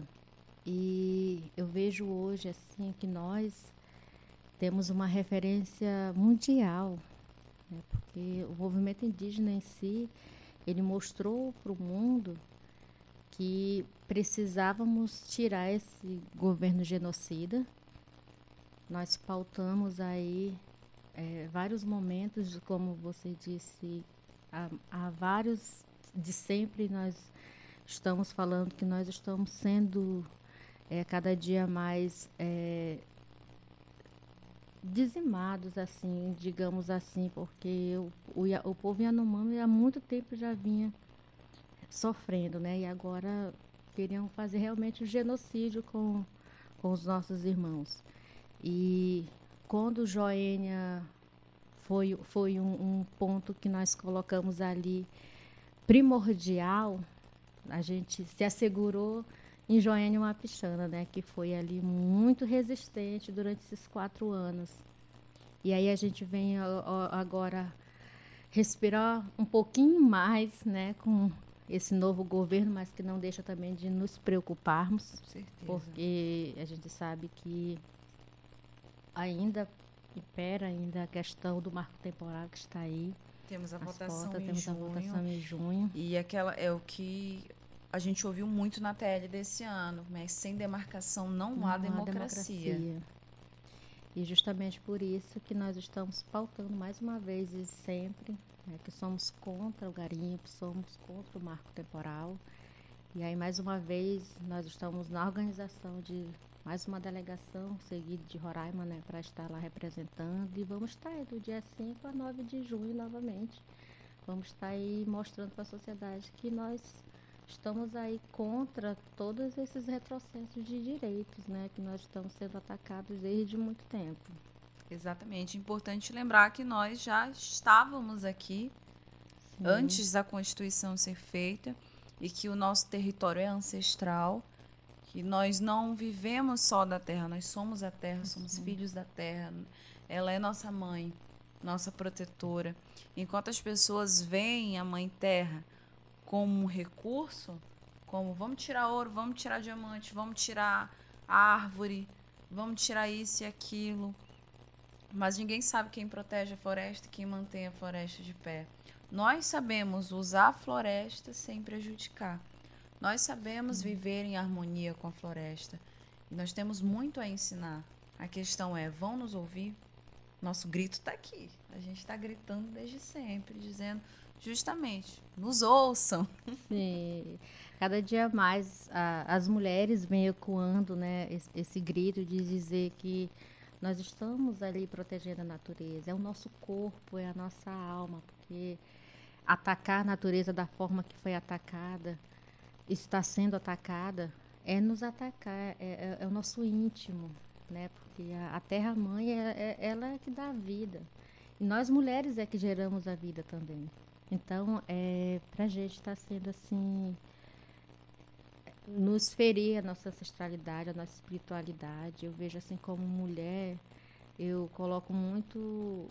E eu vejo hoje, assim, que nós temos uma referência mundial, né? Porque o movimento indígena em si, ele mostrou para o mundo que precisávamos tirar esse governo genocida. Nós pautamos aí vários momentos, como você disse, há vários de sempre nós estamos falando que nós estamos sendo cada dia mais dizimados, assim, digamos assim, porque o povo Yanomami há muito tempo já vinha sofrendo, né? E agora queriam fazer realmente um genocídio com os nossos irmãos. E quando Joênia foi um ponto que nós colocamos ali primordial, a gente se assegurou em Joênia Wapichana, né, que foi ali muito resistente durante esses 4 anos. E aí a gente vem agora respirar um pouquinho mais, né, com esse novo governo, mas que não deixa também de nos preocuparmos, certeza, porque a gente sabe que ainda impera a questão do marco temporal que está aí. Temos a votação em junho. E aquela é o que a gente ouviu muito na TL desse ano, mas sem demarcação não há democracia. E justamente por isso que nós estamos pautando mais uma vez e sempre, né, que somos contra o garimpo, somos contra o marco temporal. E aí, mais uma vez, nós estamos na organização de mais uma delegação seguida de Roraima, né, para estar lá representando. E vamos estar aí do dia 5 a 9 de junho novamente. Vamos estar aí mostrando para a sociedade que nós estamos aí contra todos esses retrocessos de direitos, né, que nós estamos sendo atacados desde muito tempo. Exatamente. Importante lembrar que nós já estávamos aqui antes da Constituição ser feita e que o nosso território é ancestral, que nós não vivemos só da terra, nós somos a terra, somos filhos da terra. Ela é nossa mãe, nossa protetora. Enquanto as pessoas veem a Mãe Terra como um recurso, como vamos tirar ouro, vamos tirar diamante, vamos tirar árvore, vamos tirar isso e aquilo. Mas ninguém sabe quem protege a floresta e quem mantém a floresta de pé. Nós sabemos usar a floresta sem prejudicar. Nós sabemos viver em harmonia com a floresta. E nós temos muito a ensinar. A questão é, vão nos ouvir? Nosso grito está aqui. A gente está gritando desde sempre, dizendo justamente, nos ouçam. Sim, cada dia mais as mulheres vêm ecoando, né, esse grito de dizer que nós estamos ali protegendo a natureza. É o nosso corpo, é a nossa alma, porque atacar a natureza da forma que foi atacada, está sendo atacada, é nos atacar, é o nosso íntimo, né? Porque a terra-mãe, ela é que dá a vida. E nós mulheres é que geramos a vida também. Então, pra gente está sendo assim, nos ferir a nossa ancestralidade, a nossa espiritualidade. Eu vejo assim como mulher, eu coloco muito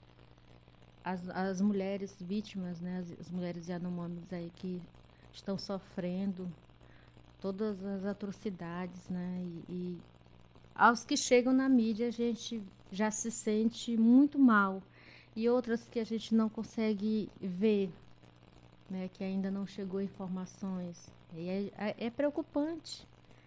as mulheres vítimas, né? As mulheres Yanomamis aí que estão sofrendo todas as atrocidades, né? E aos que chegam na mídia a gente já se sente muito mal. E outras que a gente não consegue ver, né? Que ainda não chegou informações. E é preocupante.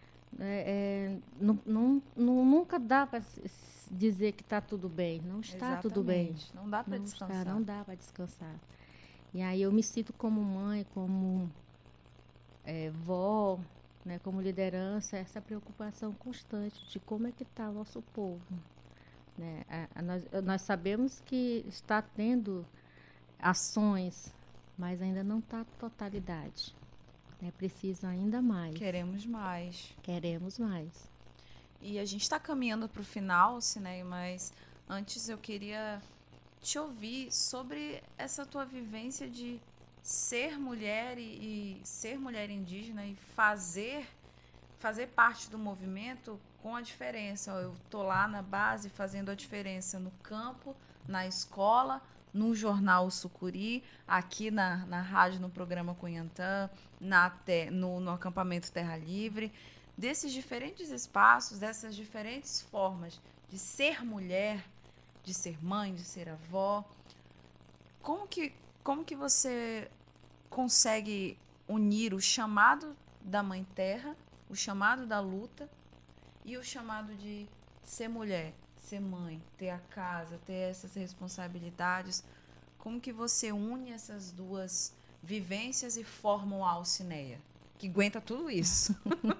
Nunca dá para dizer que está tudo bem. Não está Exatamente. Tudo bem. Não dá para descansar. Não dá para descansar. E aí eu me sinto como mãe, como vó, né, como liderança, essa preocupação constante de como é que está o nosso povo. Né? Nós sabemos que está tendo ações, mas ainda não está totalidade. É preciso ainda mais. Queremos mais. Queremos mais. E a gente está caminhando para o final, Cineia, mas antes eu queria te ouvir sobre essa tua vivência de ser mulher e ser mulher indígena e fazer parte do movimento com a diferença. Eu tô lá na base fazendo a diferença no campo, na escola, no jornal Sucuri, aqui na rádio, no programa Cunhantã, no acampamento Terra Livre. Desses diferentes espaços, dessas diferentes formas de ser mulher, de ser mãe, de ser avó, como que você consegue unir o chamado da Mãe Terra, o chamado da luta e o chamado de ser mulher, ser mãe, ter a casa, ter essas responsabilidades? Como que você une essas duas vivências e forma o Alcineia, que aguenta tudo isso?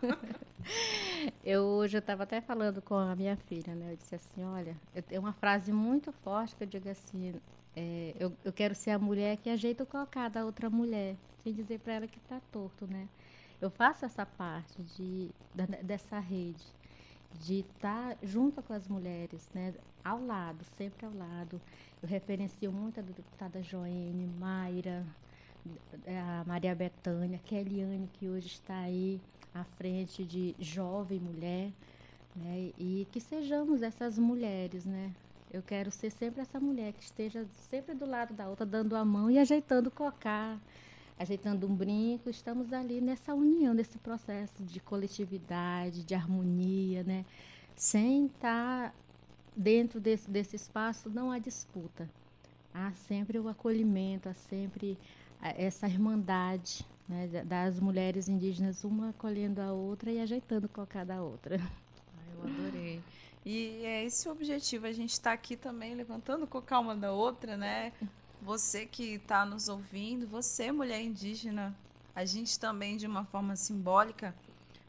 Hoje eu estava até falando com a minha filha, né? Eu disse assim, olha, eu tenho uma frase muito forte que eu digo assim, eu quero ser a mulher que ajeita o cocá da outra mulher, sem dizer para ela que está torto, né? Eu faço essa parte dessa rede, de estar junto com as mulheres, né? Ao lado, sempre ao lado. Eu referencio muito a deputada Joene, Mayra, a Maria Bethânia, Keliane, que hoje está aí à frente de Jovem Mulher, né? E que sejamos essas mulheres, né? Eu quero ser sempre essa mulher que esteja sempre do lado da outra, dando a mão e ajeitando o cocá, ajeitando um brinco. Estamos ali nessa união, nesse processo de coletividade, de harmonia, né? Sem estar dentro desse espaço, não há disputa. Há sempre o acolhimento, há sempre essa irmandade, né, das mulheres indígenas, uma acolhendo a outra e ajeitando o cocá da outra. Eu adorei. E é esse o objetivo, a gente está aqui também levantando o cocá uma da outra, né? Você que está nos ouvindo, você, mulher indígena, a gente também, de uma forma simbólica,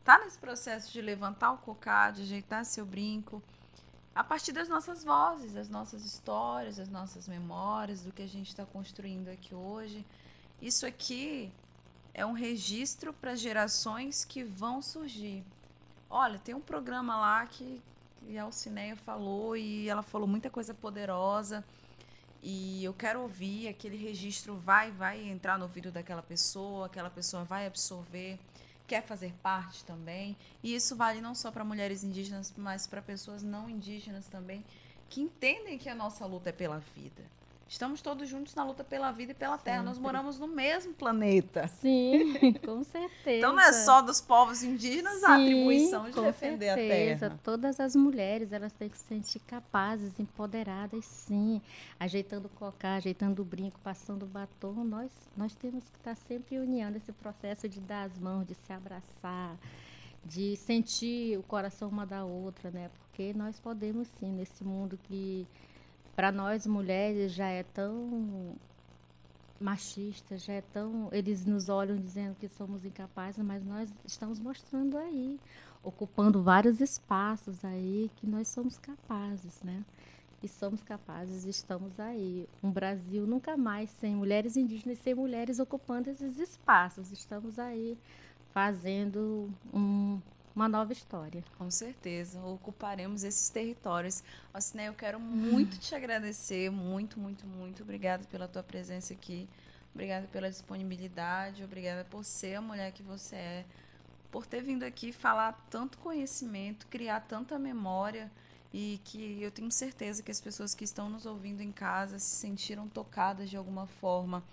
tá nesse processo de levantar o cocá, de ajeitar seu brinco, a partir das nossas vozes, das nossas histórias, das nossas memórias, do que a gente está construindo aqui hoje. Isso aqui é um registro para gerações que vão surgir. Olha, tem um programa lá que a Alcineia falou e ela falou muita coisa poderosa e eu quero ouvir, aquele registro vai entrar no ouvido daquela pessoa, aquela pessoa vai absorver, quer fazer parte também. E isso vale não só para mulheres indígenas, mas para pessoas não indígenas também, que entendem que a nossa luta é pela vida. Estamos todos juntos na luta pela vida e pela terra. Sempre. Nós moramos no mesmo planeta. Sim, com certeza. Então não é só dos povos indígenas. Sim, a atribuição de defender certeza. A terra. Todas as mulheres, elas têm que se sentir capazes, empoderadas, sim. Ajeitando o cocá, ajeitando o brinco, passando o batom. Nós temos que estar sempre unindo esse processo de dar as mãos, de se abraçar, de sentir o coração uma da outra, né? Porque nós podemos sim, nesse mundo que para nós mulheres já é tão machista, já é tão... Eles nos olham dizendo que somos incapazes, mas nós estamos mostrando aí, ocupando vários espaços aí, que nós somos capazes, né? E somos capazes, estamos aí. Um Brasil nunca mais sem mulheres indígenas, sem mulheres ocupando esses espaços. Estamos aí fazendo uma nova história. Com certeza, ocuparemos esses territórios. Alcineia, eu quero muito te agradecer, muito, muito, muito. Obrigada pela tua presença aqui, obrigada pela disponibilidade, obrigada por ser a mulher que você é, por ter vindo aqui falar tanto conhecimento, criar tanta memória e que eu tenho certeza que as pessoas que estão nos ouvindo em casa se sentiram tocadas de alguma forma.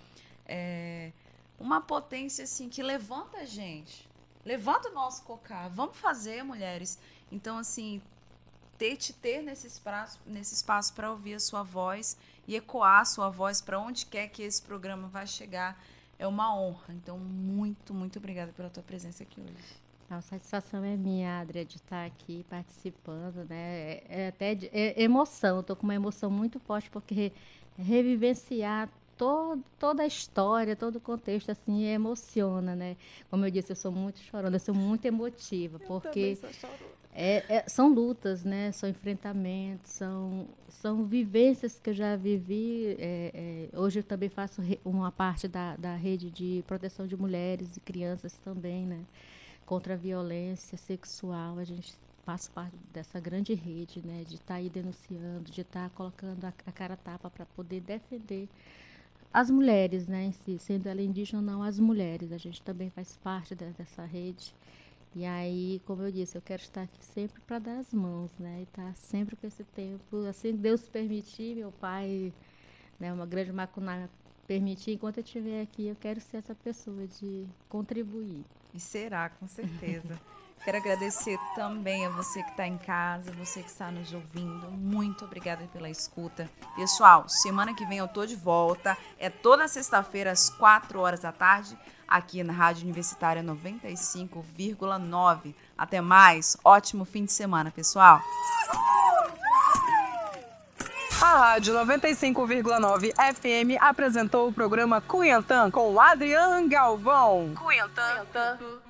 Uma potência assim que levanta a gente. Levanta o nosso cocá, vamos fazer, mulheres. Então, assim, ter nesse espaço para ouvir a sua voz e ecoar a sua voz para onde quer que esse programa vai chegar é uma honra. Então, muito, muito obrigada pela tua presença aqui hoje. A satisfação é minha, Adria, de estar aqui participando, né? É até emoção, estou com uma emoção muito forte, porque revivenciar toda a história, todo o contexto, assim, emociona, né? Como eu disse, eu sou muito chorona, eu sou muito emotiva, porque são lutas, né? São enfrentamentos, são vivências que eu já vivi. Hoje eu também faço uma parte da rede de proteção de mulheres e crianças também, né? Contra a violência sexual, a gente faz parte dessa grande rede, né? De estar aí denunciando, de estar colocando a cara a tapa para poder defender as mulheres, né, em si, sendo ela indígena ou não, as mulheres. A gente também faz parte dessa rede. E aí, como eu disse, eu quero estar aqui sempre para dar as mãos, né, e estar sempre com esse tempo, assim, Deus permitir, meu pai, né, uma grande macunaíma permitir, enquanto eu estiver aqui, eu quero ser essa pessoa de contribuir. E será, com certeza. Quero agradecer também a você que está em casa, você que está nos ouvindo. Muito obrigada pela escuta. Pessoal, semana que vem eu tô de volta. É toda sexta-feira, às 4 da tarde, aqui na Rádio Universitária 95,9. Até mais. Ótimo fim de semana, pessoal. A Rádio 95,9 FM apresentou o programa Cunhantã com Adrian Galvão. Cunhantã.